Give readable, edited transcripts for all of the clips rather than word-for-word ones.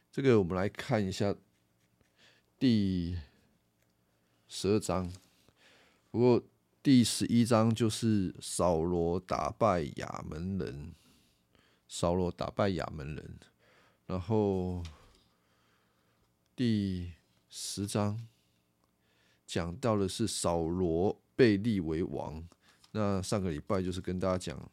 这个我们来看一下第12章，不过第11章就是扫罗打败亚门人，然后第10章讲到的是扫罗被立为王。那上个礼拜就是跟大家讲，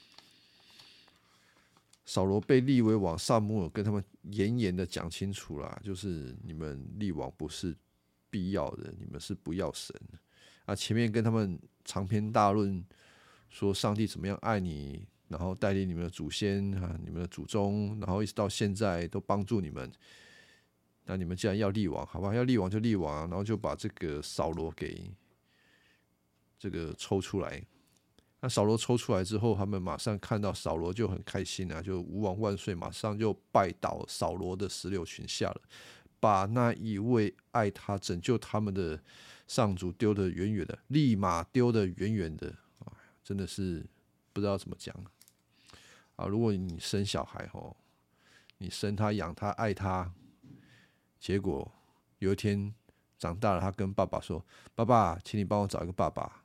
扫罗被立为王，撒母耳跟他们严严的讲清楚啦，就是你们立王不是必要的，你们是不要神啊。前面跟他们长篇大论说上帝怎么样爱你，然后带领你们的祖先啊，你们的祖宗，然后一直到现在都帮助你们。那你们既然要立王，好吧，要立王就立王啊，然后就把这个扫罗给这个抽出来。那扫罗抽出来之后，他们马上看到扫罗就很开心啊，就吾王万岁，马上就拜倒扫罗的16群下了，把那一位爱他拯救他们的上主丢得远远的，立马丢得远远的，真的是不知道怎么讲啊！如果你生小孩吼，你生他养他爱他，结果有一天长大了，他跟爸爸说：“爸爸，请你帮我找一个爸爸。”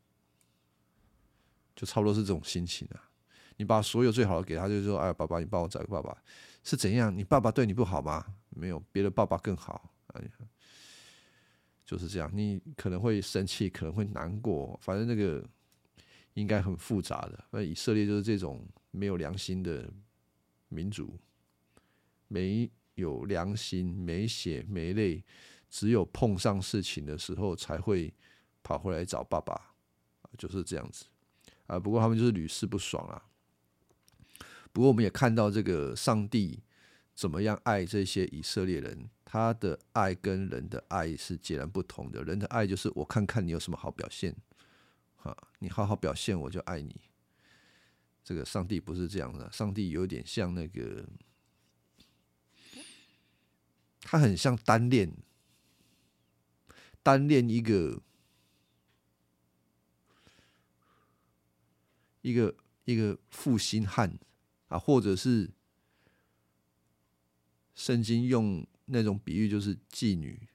就差不多是这种心情啊。你把所有最好的给他，就是说：“哎，爸爸，你帮我找一个爸爸。”是怎样？你爸爸对你不好吗？没有，别的爸爸更好。就是这样。你可能会生气，可能会难过，反正那个应该很复杂的。那以色列就是这种没有良心的民族，没有良心，没血没泪，只有碰上事情的时候才会跑回来找爸爸，就是这样子。不过他们就是屡试不爽啊。不过我们也看到这个上帝怎么样爱这些以色列人，他的爱跟人的爱是截然不同的。人的爱就是我看看你有什么好表现，你好好表现我就爱你。这个上帝不是这样的，上帝有点像那个，他很像单恋一个负心汉啊，或者是圣经用那种比喻，就是妓女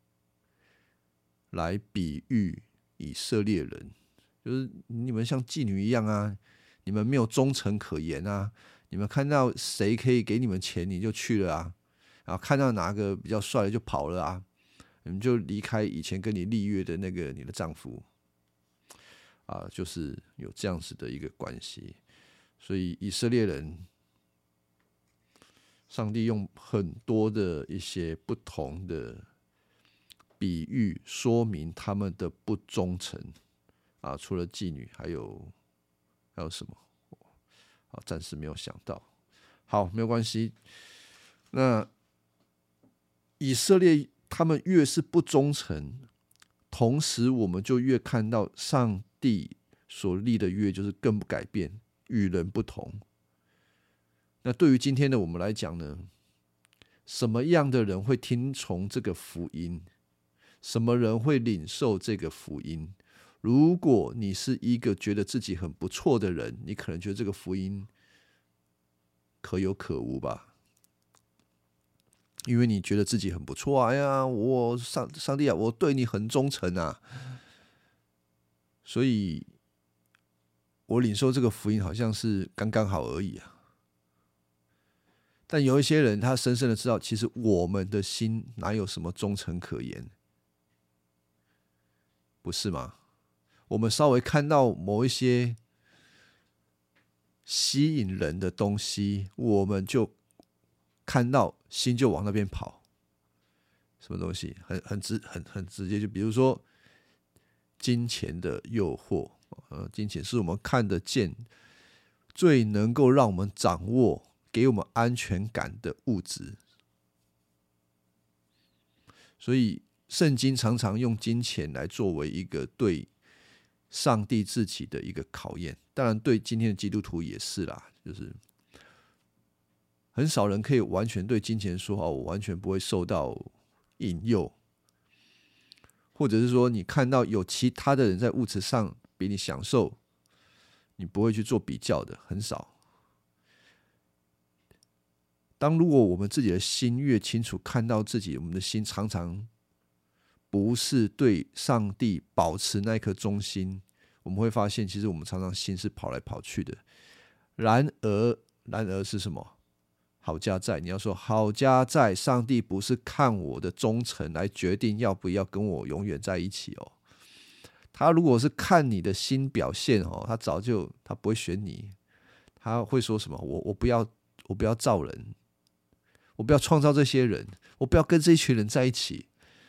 来比喻以色列人，就是你们像妓女一样啊，你们没有忠诚可言啊，你们看到谁可以给你们钱你就去了啊，然后看到哪个比较帅的就跑了啊，你们就离开以前跟你立约的那个你的丈夫啊，就是有这样子的一个关系。所以以色列人，上帝用很多的一些不同的比喻说明他们的不忠诚啊，除了妓女，还有什么？暂时没有想到。好，没有关系。那以色列他们越是不忠诚，同时我们就越看到上帝所立的约就是更不改变，与人不同。那对于今天的我们来讲呢，什么样的人会听从这个福音？什么人会领受这个福音？如果你是一个觉得自己很不错的人，你可能觉得这个福音可有可无吧，因为你觉得自己很不错啊，哎呀，上帝啊，我对你很忠诚啊，所以我领受这个福音好像是刚刚好而已啊。但有一些人，他深深的知道，其实我们的心哪有什么忠诚可言，不是吗？我们稍微看到某一些吸引人的东西，我们就看到心就往那边跑。什么东西？很直接，就比如说金钱的诱惑，金钱是我们看得见、最能够让我们掌握、给我们安全感的物质。所以圣经常常用金钱来作为一个对上帝自己的一个考验，当然对今天的基督徒也是啦，就是很少人可以完全对金钱说我完全不会受到引诱，或者是说你看到有其他的人在物质上比你享受，你不会去做比较的，很少。 如果我们自己的心越清楚，看到自己，我们的心常常不是对上帝保持那一颗忠心，我们会发现，其实我们常常心是跑来跑去的。然而是什么？好家在，你要说好家在，上帝不是看我的忠诚来决定要不要跟我永远在一起哦。他如果是看你的心表现哦，他不会选你，他会说什么？我不要造人，我不要创造这些人，我不要跟这一群人在一起，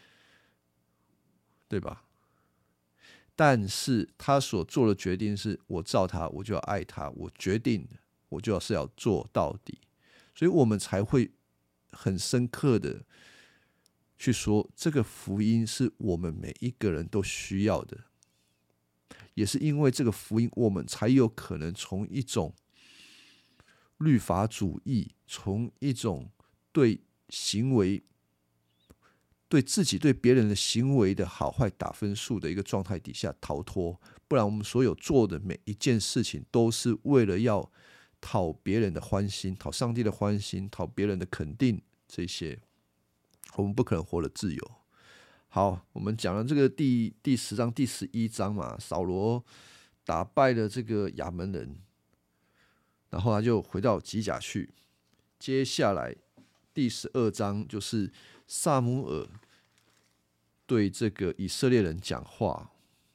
对吧？但是他所做的决定是，我造他，我就要爱他，我决定我就是要做到底，所以我们才会很深刻的去说，这个福音是我们每一个人都需要的，也是因为这个福音，我们才有可能从一种律法主义，从一种对行为、对自己、对别人的行为的好坏打分数的一个状态底下逃脱。不然我们所有做的每一件事情都是为了要讨别人的欢心，讨上帝的欢心，讨别人的肯定，这些我们不可能活得自由。好，我们讲了这个第10章、第11章嘛，扫罗打败了这个亚门人，然后他就回到吉甲去。接下来第12章就是撒母耳对这个以色列人讲话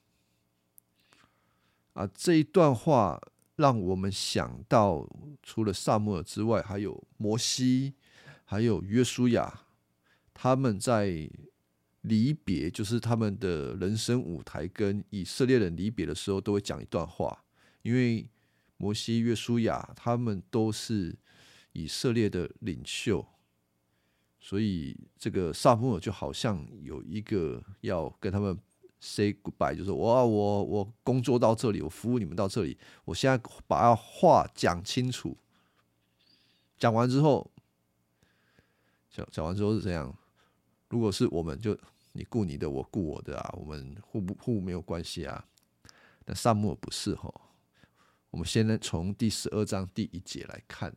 啊，这一段话让我们想到，除了撒母耳之外，还有摩西，还有约书亚，他们在离别，就是他们的人生舞台跟以色列人离别的时候，都会讲一段话。因为摩西、约书亚他们都是以色列的领袖，所以这个撒母耳就好像有一个要跟他们 say goodbye， 就是我工作到这里，我服务你们到这里，我现在把话讲清楚。讲完之后是怎样？如果是我们就你顾你的，我顾我的啊，我们互没有关系啊。但撒母耳不是齁。我们先从第12章第1节来看。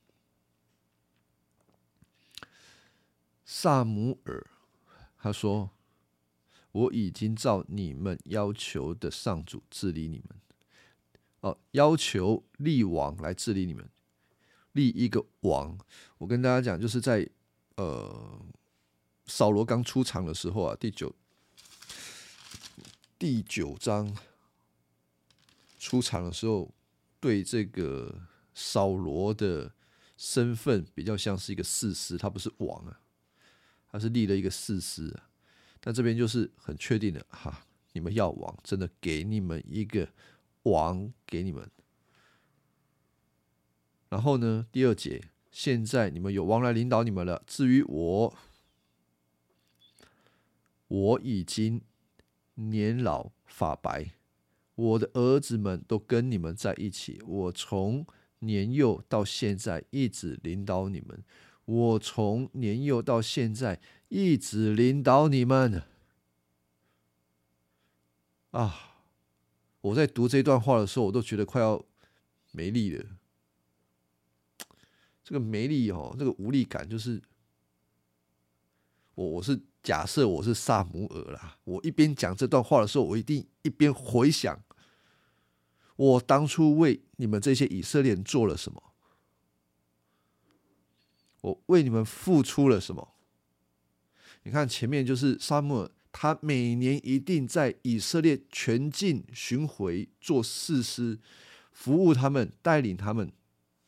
撒母耳他说：“我已经照你们要求的上主治理你们。”要求立王来治理你们，立一个王。我跟大家讲，就是在扫罗刚出场的时候啊，第9章出场的时候，对这个扫罗的身份比较像是一个士师，他不是王啊，他是立了一个士师啊。但这边就是很确定的哈，你们要王，真的给你们一个王给你们。然后呢，第2节，现在你们有王来领导你们了。至于我已经年老发白，我的儿子们都跟你们在一起。我从年幼到现在一直领导你们，我从年幼到现在一直领导你们啊！我在读这段话的时候，我都觉得快要没力了。这个没力这个无力感，就是我是假设我是撒母耳啦，我一边讲这段话的时候，我一定一边回想，我当初为你们这些以色列人做了什么，我为你们付出了什么。你看前面就是撒母耳，他每年一定在以色列全境巡回做士师，服务他们，带领他们。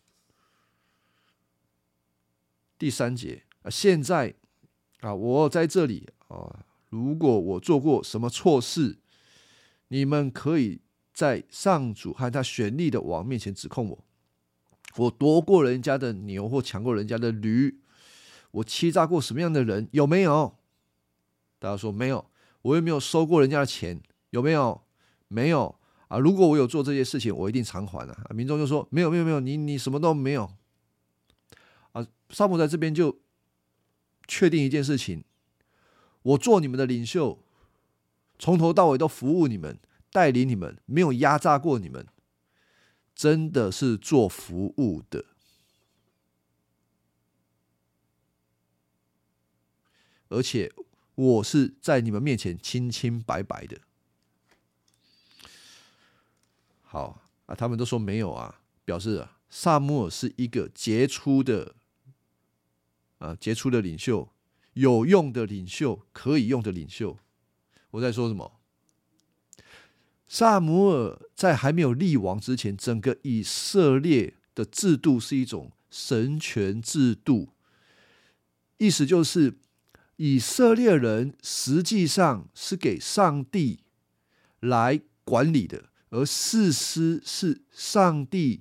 第3节现在我在这里如果我做过什么错事，你们可以在上主和他选立的王面前指控我。我夺过人家的牛或抢过人家的驴，我欺诈过什么样的人？有没有？大家说没有。我有没有收过人家的钱？有没有？没有啊！如果我有做这些事情，我一定偿还啊！民众就说没有，你什么都没有啊！撒母在这边就确定一件事情：我做你们的领袖，从头到尾都服务你们，带领你们，没有压榨过你们，真的是做服务的。 而且我是在你们面前清清白白的。好啊，他们都说没有啊，表示撒母耳是一个杰出的领袖，有用的领袖，可以用的领袖。我在说什么？撒母耳在还没有立王之前，整个以色列的制度是一种神权制度，意思就是以色列人实际上是给上帝来管理的，而士师是上帝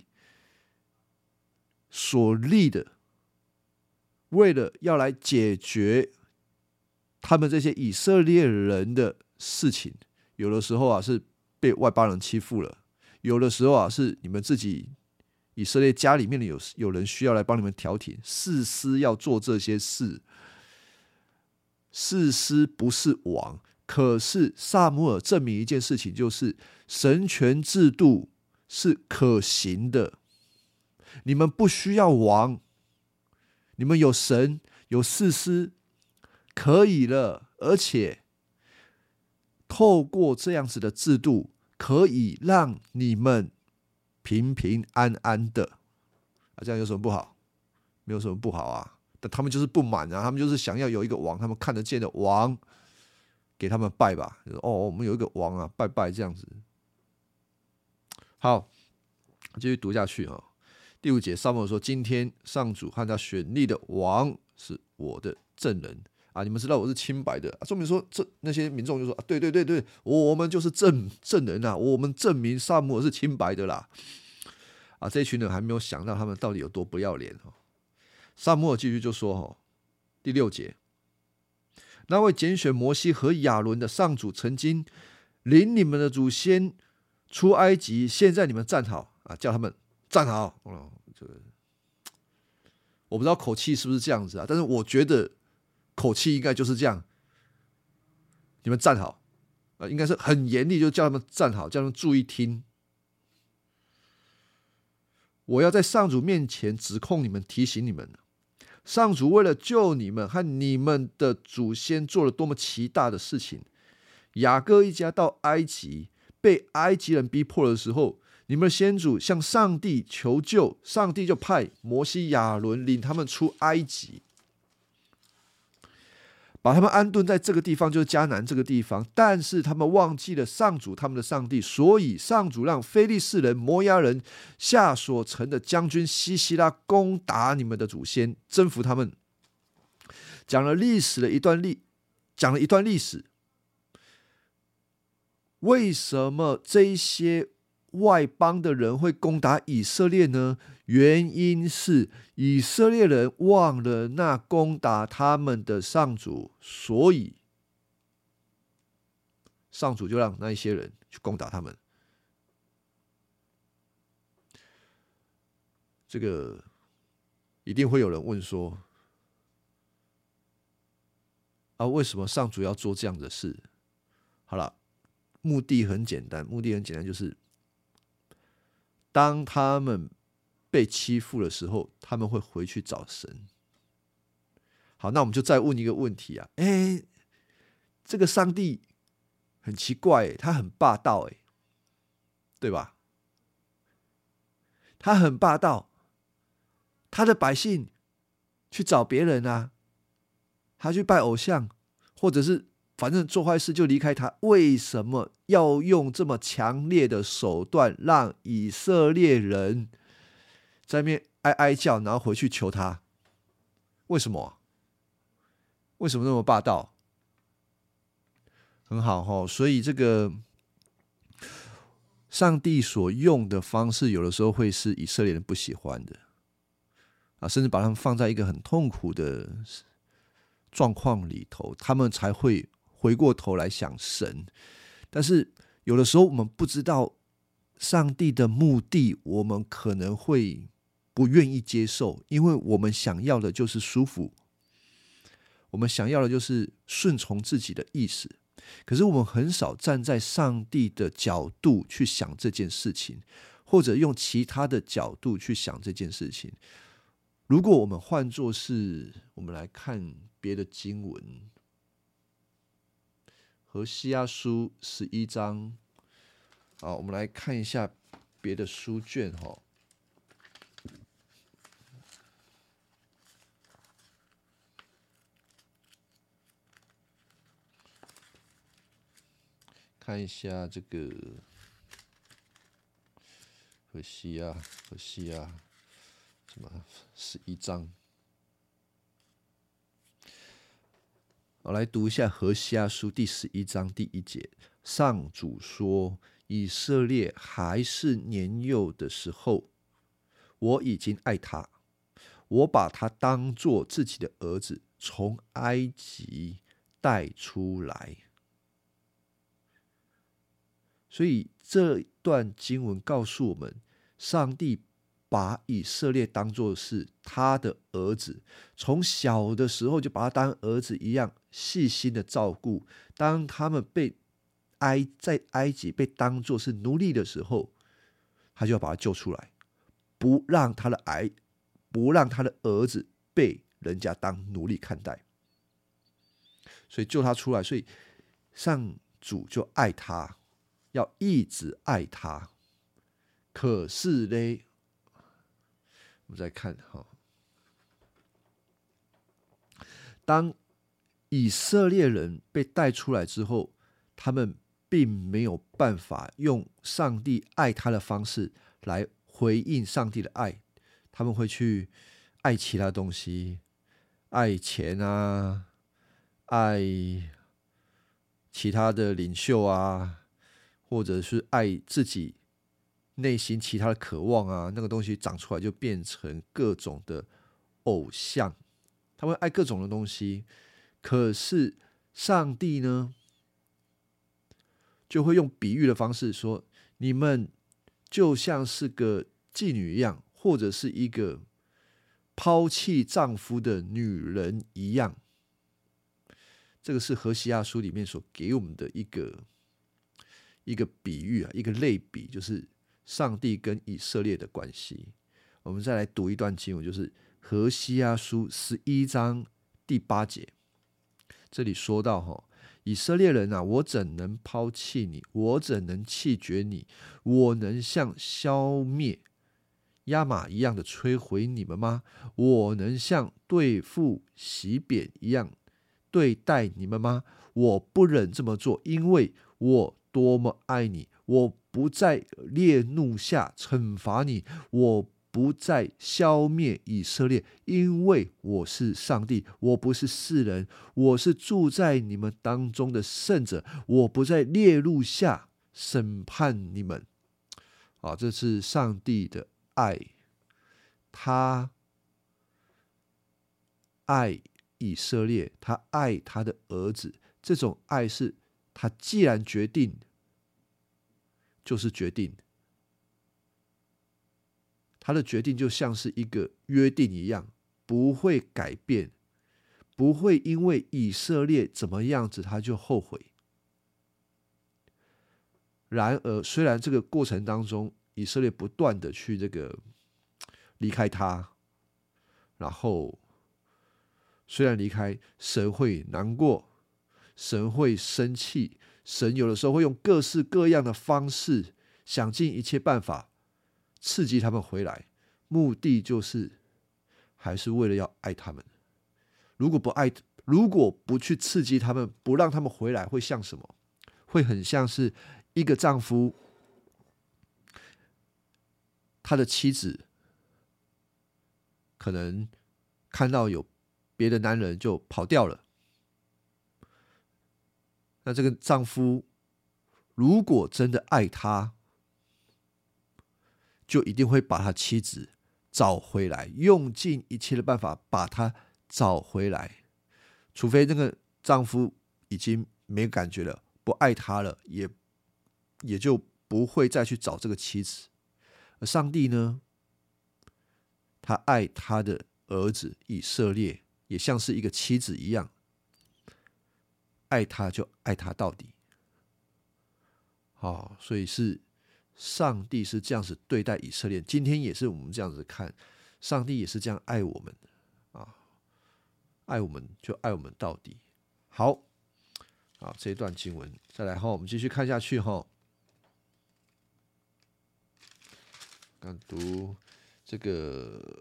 所立的，为了要来解决他们这些以色列人的事情。有的时候是被外邦人欺负了，有的时候是你们自己以色列家里面的有人需要来帮你们调停，士师要做这些事。士师不是王，可是撒母耳证明一件事情，就是神权制度是可行的。你们不需要王，你们有神有士师可以了，而且透过这样子的制度，可以让你们平平安安的。这样有什么不好？没有什么不好啊。但他们就是不满啊，他们就是想要有一个王，他们看得见的王，给他们拜吧。我们有一个王啊，拜拜这样子。好，继续读下去啊。第5节，撒母耳说：“今天上主和他选立的王是我的证人啊，你们知道我是清白的。”说明说那些民众就说：“对对对对，我们就是证人啊，我们证明撒母耳是清白的啦。”这一群人还没有想到他们到底有多不要脸。撒母耳继续就说，第6节，那位拣选摩西和亚伦的上主曾经领你们的祖先出埃及，现在你们站好叫他们站好。我不知道口气是不是这样子但是我觉得口气应该就是这样，你们站好应该是很严厉，就叫他们站好，叫他们注意听。我要在上主面前指控你们，提醒你们，上主为了救你们和你们的祖先做了多么奇大的事情。雅各一家到埃及，被埃及人逼迫的时候，你们的先祖向上帝求救，上帝就派摩西亚伦领他们出埃及，把他们安顿在这个地方，就是迦南这个地方。但是他们忘记了上主他们的上帝，所以上主让非利士人、摩押人、夏所城的将军西西拉攻打你们的祖先，征服他们。讲了一段历史。为什么这些外邦的人会攻打以色列呢？原因是以色列人忘了那攻打他们的上主，所以上主就让那一些人去攻打他们。这个一定会有人问说，为什么上主要做这样的事？好了，目的很简单，就是当他们被欺负的时候，他们会回去找神。好，那我们就再问一个问题这个上帝很奇怪他很霸道对吧？他很霸道，他的百姓去找别人他去拜偶像，或者是反正做坏事就离开他，为什么要用这么强烈的手段让以色列人在那边哀叫，然后回去求他？为什么？为什么那么霸道？很好所以这个上帝所用的方式，有的时候会是以色列人不喜欢的甚至把他们放在一个很痛苦的状况里头，他们才会回过头来想神。但是有的时候我们不知道上帝的目的，我们可能会不愿意接受，因为我们想要的就是舒服，我们想要的就是顺从自己的意思。可是我们很少站在上帝的角度去想这件事情，或者用其他的角度去想这件事情。如果我们换作是我们来看别的经文， 何西阿书11章。好，我们来看一下别的书卷哈。看一下这个何西阿什么11章。我来读一下何西阿书第11章第1节。上主说：以色列还是年幼的时候，我已经爱他，我把他当作自己的儿子，从埃及带出来。所以这段经文告诉我们，上帝把以色列当作是他的儿子，从小的时候就把他当儿子一样细心的照顾。当他们在埃及被当作是奴隶的时候，他就要把他救出来，不让他的儿子被人家当奴隶看待，所以救他出来。所以上主就爱他，要一直爱他。可是呢，我们再看哈，当以色列人被带出来之后，他们并没有办法用上帝爱他的方式来回应上帝的爱，他们会去爱其他东西，爱钱啊，爱其他的领袖啊，或者是爱自己内心其他的渴望啊，那个东西长出来就变成各种的偶像，他们爱各种的东西。可是上帝呢，就会用比喻的方式说，你们就像是个妓女一样，或者是一个抛弃丈夫的女人一样。这个是何西阿书里面所给我们的一个比喻啊，一个类比，就是上帝跟以色列的关系。我们再来读一段经文，就是何西阿书11章第8节。这里说到以色列人啊，我怎能抛弃你？我怎能弃绝你？我能像消灭亚玛一样的摧毁你们吗？我能像对付洗扁一样对待你们吗？我不忍这么做，因为我多么爱你！我不在烈怒下惩罚你，我不再消灭以色列，因为我是上帝，我不是世人，我是住在你们当中的圣者，我不在烈怒下审判你们。这是上帝的爱，他爱以色列，他爱他的儿子。这种爱是他既然决定，就是决定。他的决定就像是一个约定一样，不会改变，不会因为以色列怎么样子他就后悔。然而，虽然这个过程当中，以色列不断的去离开他，然后虽然离开，神会难过，神会生气，神有的时候会用各式各样的方式，想尽一切办法刺激他们回来，目的就是还是为了要爱他们。如果不去刺激他们，不让他们回来，会像什么？会很像是一个丈夫，他的妻子可能看到有别的男人就跑掉了，那这个丈夫如果真的爱他，就一定会把他妻子找回来，用尽一切的办法把他找回来。除非那个丈夫已经没感觉了，不爱他了，也就不会再去找这个妻子。而上帝呢，他爱他的儿子以色列，也像是一个妻子一样，爱他就爱他到底。所以是上帝是这样子对待以色列，今天也是我们这样子看，上帝也是这样爱我们爱我们就爱我们到底。好， 好，这一段经文再来我们继续看下去刚读这个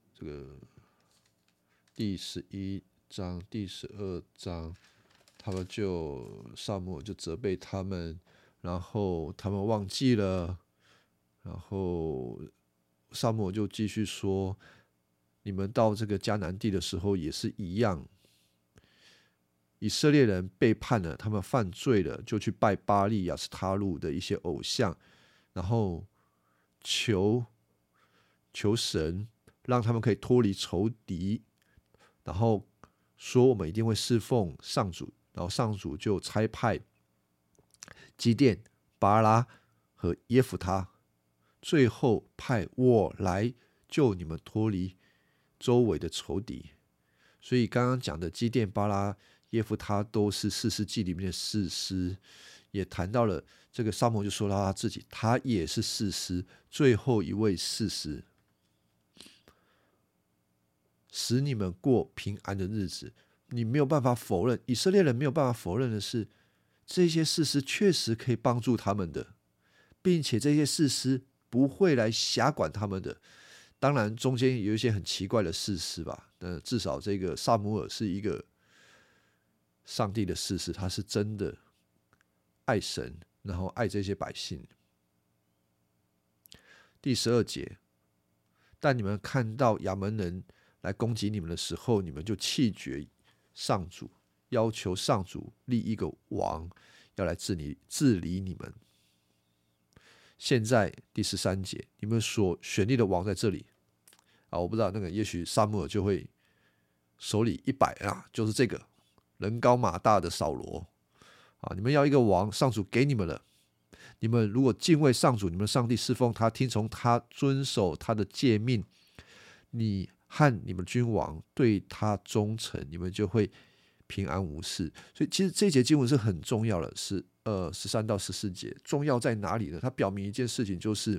第11章、第12章，撒母耳就责备他们，然后他们忘记了，然后撒母耳就继续说：你们到这个迦南地的时候也是一样。以色列人背叛了，他们犯罪了，就去拜巴力、亚斯他录的一些偶像，然后求神让他们可以脱离仇敌，然后说我们一定会侍奉上主，然后上主就差派基甸、巴拉和耶弗他，最后派我来救你们脱离周围的仇敌。所以刚刚讲的基甸、巴拉、耶弗他都是士师记里面的士师，也谈到了这个撒母耳就说到他自己，他也是士师，最后一位士师，使你们过平安的日子。你没有办法否认，以色列人没有办法否认的是，这些士师确实可以帮助他们的，并且这些士师不会来辖管他们的。当然中间有一些很奇怪的士师吧，至少这个撒母耳是一个上帝的士师，他是真的爱神，然后爱这些百姓。第12节，但你们看到亚扪人来攻击你们的时候，你们就弃绝上主，要求上主立一个王，要来治理你们。现在第13节，你们所选立的王在这里我不知道也许撒母耳就会手里100就是这个人高马大的扫罗你们要一个王，上主给你们了。你们如果敬畏上主，你们上帝侍奉他，听从他，遵守他的诫命，你和你们君王对他忠诚，你们就会平安无事。所以其实这一节经文是很重要的，是13到14节。重要在哪里呢？它表明一件事情，就是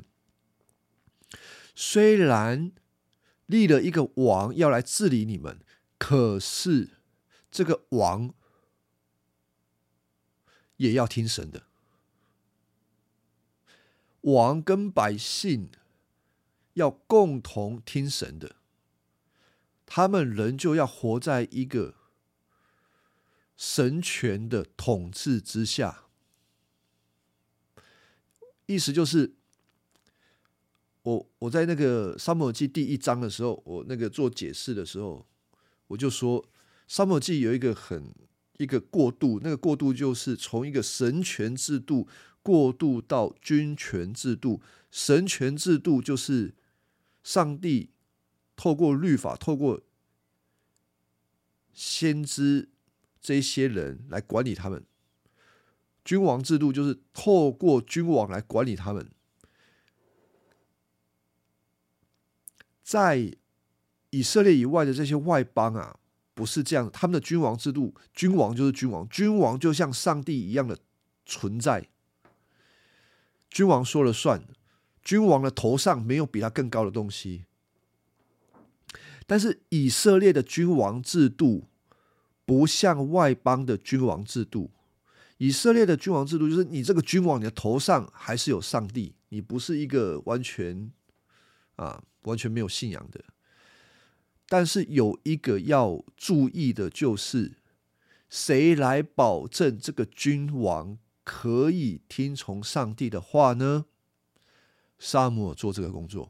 虽然立了一个王要来治理你们，可是这个王也要听神的。王跟百姓要共同听神的，他们仍旧要活在一个神权的统治之下。意思就是我在那个撒母耳记第1章的时候，我做解释的时候，我就说撒母耳记有一个过渡，那个过渡就是从一个神权制度过渡到君权制度。神权制度就是上帝透过律法，透过先知这些人来管理他们。君王制度就是透过君王来管理他们。在以色列以外的这些外邦不是这样，他们的君王制度，君王就是君王，君王就像上帝一样的存在，君王说了算，君王的头上没有比他更高的东西。但是以色列的君王制度不像外邦的君王制度，以色列的君王制度就是你这个君王，你的头上还是有上帝，你不是一个完全没有信仰的。但是有一个要注意的就是，谁来保证这个君王可以听从上帝的话呢？撒母耳做这个工作。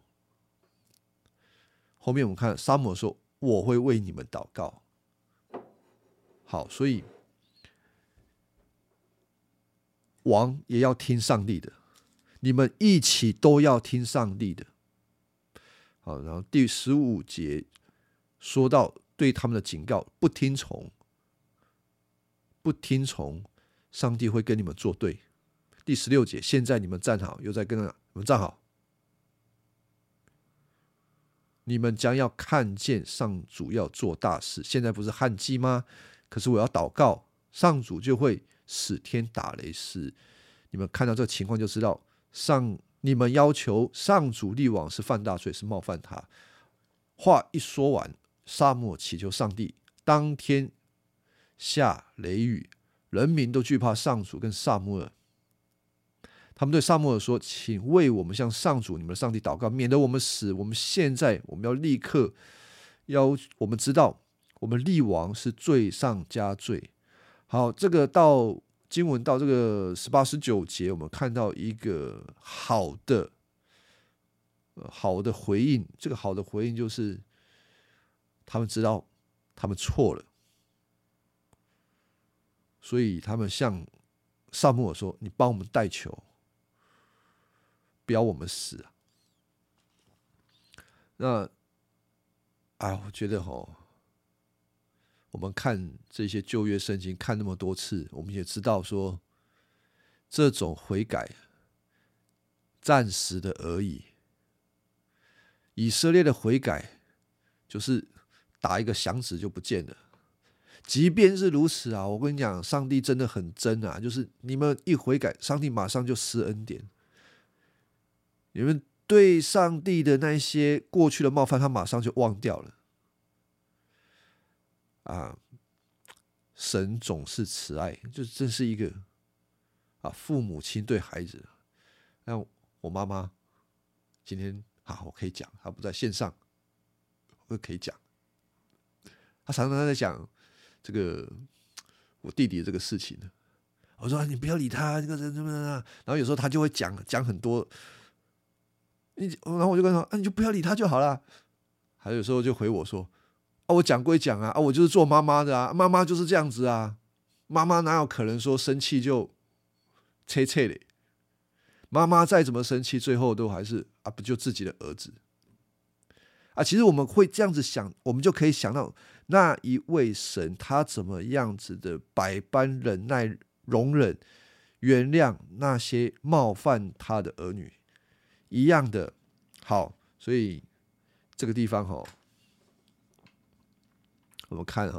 后面我们看撒母耳说：“我会为你们祷告。”好，所以王也要听上帝的，你们一起都要听上帝的。好，然后第15节说到对他们的警告，不听从，上帝会跟你们作对。第16节，现在你们站好，又在跟你们站好，你们将要看见上主要做大事。现在不是旱季吗？可是我要祷告，上主就会使天打雷，使你们看到这个情况就知道，你们要求上主立王是犯大罪，是冒犯他。话一说完，撒母耳祈求上帝当天下雷雨， 人民都惧怕上主跟撒母耳。他们对撒母耳说：“请为我们向上主你们的上帝祷告，免得我们死。我们现在要立刻我们知道我们立王是罪上加罪。”好，这个经文到这个18、19节，我们看到一个好的回应。这个好的回应就是他们知道他们错了，所以他们向撒母耳说：“你帮我们代求，不要我们死啊！”那我觉得我们看这些旧约圣经看那么多次，我们也知道说，这种悔改暂时的而已。以色列的悔改就是打一个响指就不见了。即便是如此我跟你讲，上帝真的很真啊，就是你们一悔改，上帝马上就施恩典。你们对上帝的那些过去的冒犯，他马上就忘掉了。神总是慈爱，就真是一个父母亲对孩子。那我妈妈今天我可以讲，她不在线上，我可以讲。她常常在讲这个我弟弟的这个事情。我说你不要理他，这个人怎么样？然后有时候他就会讲很多，然后我就跟他说你就不要理他就好了。还有时候就回我说我讲归讲我就是做妈妈的妈妈就是这样子妈妈哪有可能说生气就切切的？妈妈再怎么生气，最后都还是不就自己的儿子其实我们会这样子想，我们就可以想到那一位神他怎么样子的百般忍耐、容忍、原谅那些冒犯他的儿女一样的。好，所以这个地方我们看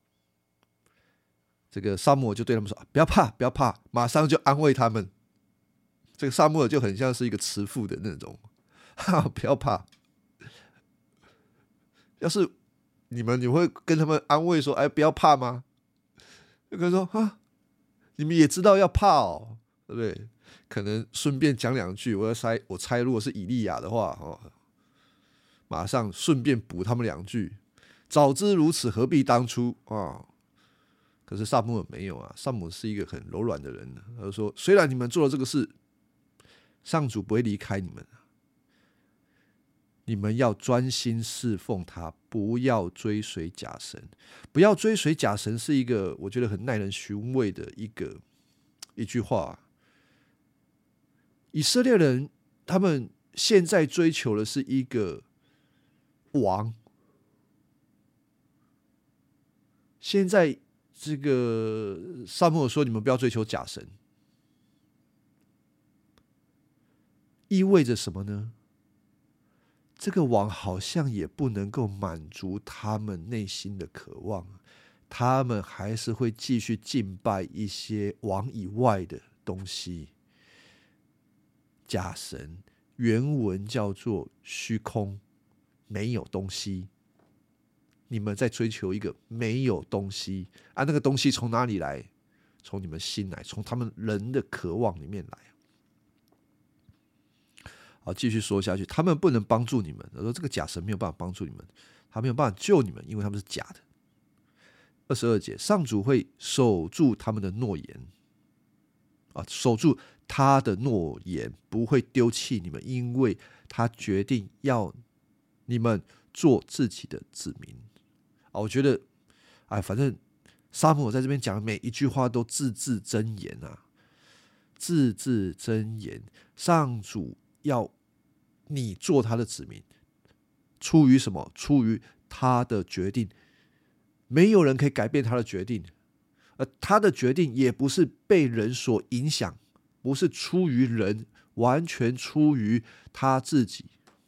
这个撒母耳就对他们说不要怕，不要怕，马上就安慰他们。这个撒母耳就很像是一个慈父的那种不要怕。要是你会跟他们安慰说不要怕吗？就跟他说你们也知道要怕对不对？可能顺便讲两句。我猜如果是以利亚的话马上顺便补他们两句，早知如此何必当初可是撒母耳没有撒母耳是一个很柔软的人。他就说虽然你们做了这个事，上主不会离开你们，你们要专心侍奉他，不要追随假神。不要追随假神是一个我觉得很耐人寻味的一句话。以色列人他们现在追求的是一个王，现在这个撒母耳说你们不要追求假神，意味着什么呢？这个王好像也不能够满足他们内心的渴望，他们还是会继续敬拜一些王以外的东西。假神原文叫做虚空，没有东西。你们在追求一个没有东西那个东西从哪里来？从你们心来，从他们人的渴望里面来。好，继续说下去。他们不能帮助你们，他说这个假神没有办法帮助你们，他没有办法救你们，因为他们是假的。22节，上主会守住他们的诺言守住他的诺言，不会丢弃你们，因为他决定要你们做自己的子民我觉得反正撒母耳在这边讲的每一句话都字字真言字字真言。上主要你做他的子民，出于什么？出于他的决定，没有人可以改变他的决定，他的决定也不是被人所影响，不是出于人，完全出于他自己。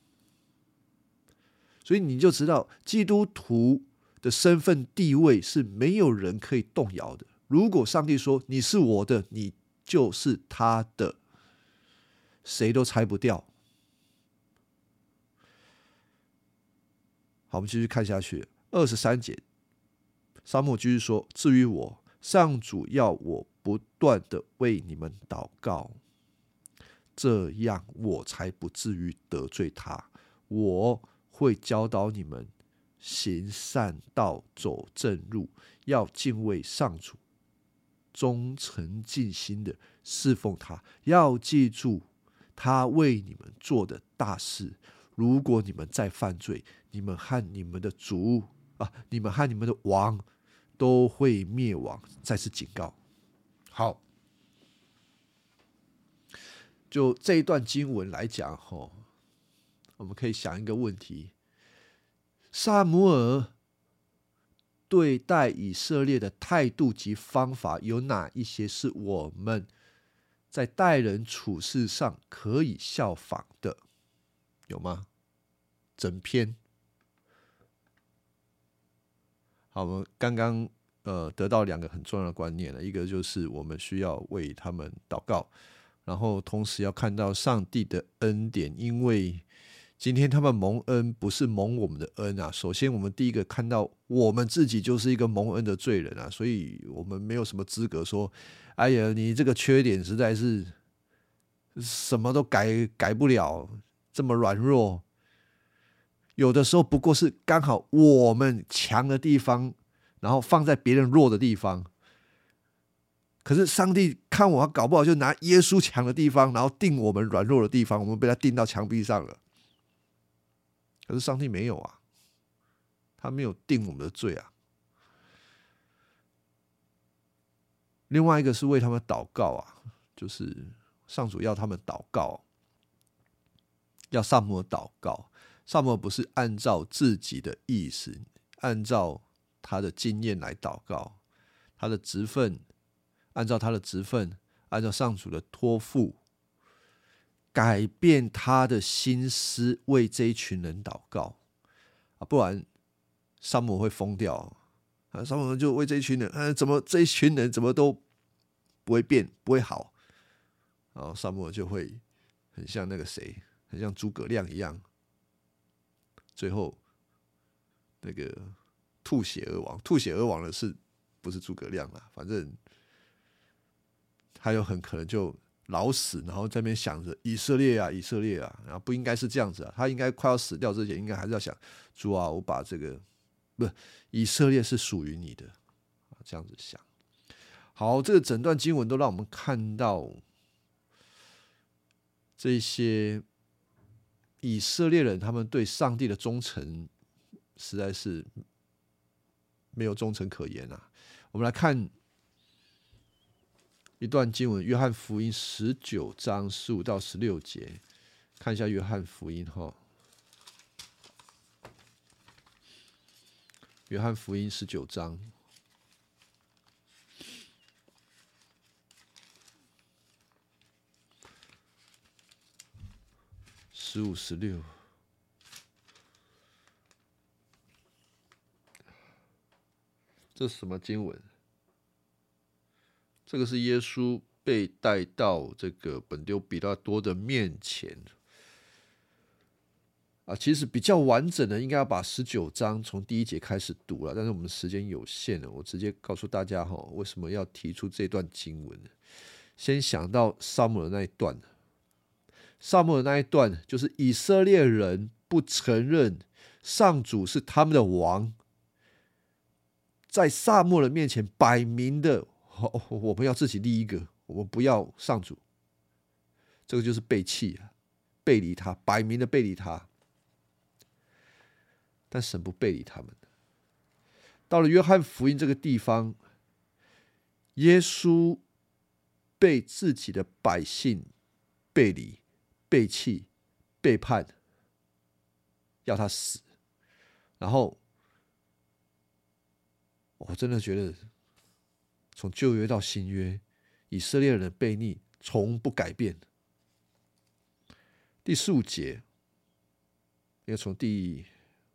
所以你就知道基督徒的身份地位是没有人可以动摇的。如果上帝说你是我的，你就是他的，谁都拆不掉。好，我们继续看下去。23节，撒母耳继续说：至于我， 上主要我不断的为你们祷告，这样我才不至于得罪他。我会教导你们行善道，走正路，要敬畏上主，忠诚尽心的侍奉他，要记住他为你们做的大事。如果你们再犯罪，你们和你们的主你们和你们的王都会灭亡。再次警告。好，就这一段经文来讲，我们可以想一个问题：撒母耳对待以色列的态度及方法有哪一些是我们在待人处事上可以效仿的？有吗？整篇。好，我们刚刚得到2个很重要的观念了，一个就是我们需要为他们祷告，然后同时要看到上帝的恩典，因为今天他们蒙恩不是蒙我们的恩啊。首先我们第一个看到我们自己就是一个蒙恩的罪人啊，所以我们没有什么资格说，哎呀，你这个缺点实在是什么都改不了，这么软弱。有的时候不过是刚好我们强的地方，然后放在别人弱的地方。可是上帝看我搞不好就拿耶稣强的地方，然后定我们软弱的地方，我们被他定到墙壁上了。可是上帝没有啊，他没有定我们的罪啊。另外一个是为他们祷告啊，就是上主要他们祷告，要撒母耳祷告。撒母耳不是按照自己的意思，按照他的经验来祷告，他的职分，按照他的职分，按照上主的托付，改变他的心思，为这一群人祷告不然撒母耳会疯掉撒母耳就为这一群人怎么这一群人怎么都不会变，不会好，然后撒母耳就会很像那个谁，很像诸葛亮一样，最后那个吐血而亡。吐血而亡的是不是诸葛亮啦？反正他有很可能就老死，然后在那边想着以色列啊，以色列啊，然后不应该是这样子啊。他应该快要死掉之前，应该还是要想主啊，我把这个以色列是属于你的，这样子想。好，这个整段经文都让我们看到这些以色列人他们对上帝的忠诚实在是没有忠诚可言啊。我们来看一段经文，约翰福音19章15到16节，看一下约翰福音约翰福音19章15、16。这是什么经文？这个是耶稣被带到这个本丢比拉多的面前其实比较完整的应该要把19章从第1节开始读了，但是我们时间有限了，我直接告诉大家为什么要提出这段经文。先想到撒母耳那一段，撒母耳那一段就是以色列人不承认上主是他们的王，在撒母耳面前摆明的我们要自己立一个，我们不要上主，这个就是背弃背离他，摆明的背离他。但神不背离他们。到了约翰福音这个地方，耶稣被自己的百姓背离、背弃、背叛，要他死。然后我真的觉得从旧约到新约，以色列人的悖逆从不改变。第15节，应该从第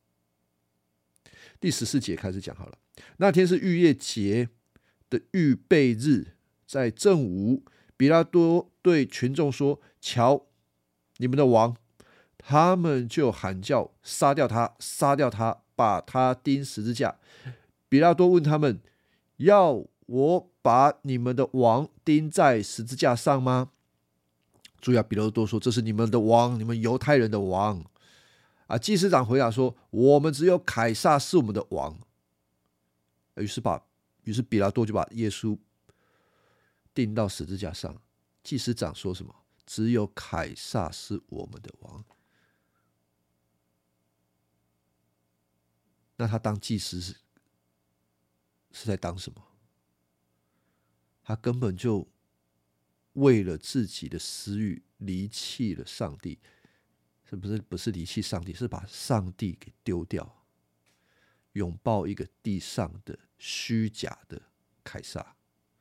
14节开始讲好了。那天是逾越节的预备日，在正午，比拉多对群众说：“瞧，你们的王！”他们就喊叫：“杀掉他！杀掉他！把他钉十字架！”比拉多问他们：“要我把你们的王钉在十字架上吗？注意啊，彼拉多说这是你们的王，你们犹太人的王啊。祭司长回答说，我们只有凯撒是我们的王。于是彼拉多就把耶稣钉到十字架上。祭司长说什么？只有凯撒是我们的王。那他当祭司是在当什么？他根本就为了自己的私欲离弃了上帝，不是离弃上帝，是把上帝给丢掉，拥抱一个地上的虚假的凯撒。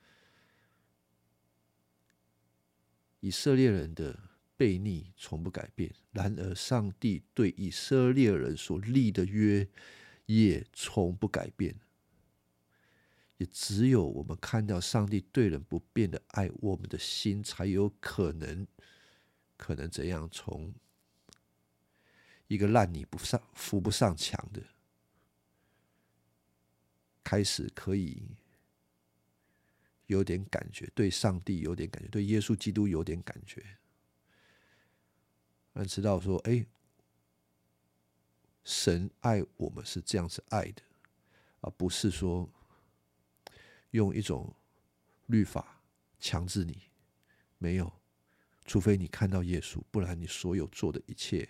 以色列人的悖逆从不改变，然而上帝对以色列人所立的约也从不改变。也只有我们看到上帝对人不变的爱，我们的心才有可能怎样从一个烂泥扶不上墙的，开始可以有点感觉，对上帝有点感觉，对耶稣基督有点感觉，知道说，神爱我们是这样子爱的，而不是说用一种律法强制你。没有，除非你看到耶稣，不然你所有做的一切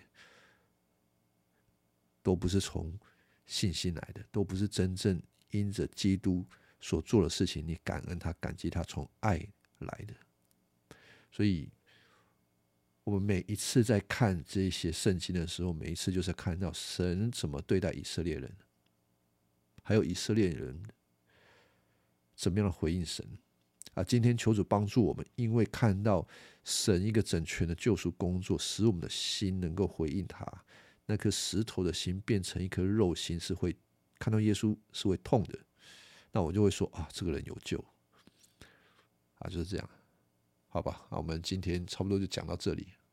都不是从信心来的，都不是真正因着基督所做的事情，你感恩他、感激他，从爱来的。所以我们每一次在看这些圣经的时候，每一次就是看到神怎么对待以色列人，还有以色列人怎么样的回应神啊！今天求主帮助我们，因为看到神一个整全的救赎工作，使我们的心能够回应他。那颗石头的心变成一颗肉心，是会看到耶稣是会痛的。那我就会说啊，这个人有救啊，就是这样，好吧？那我们今天差不多就讲到这里。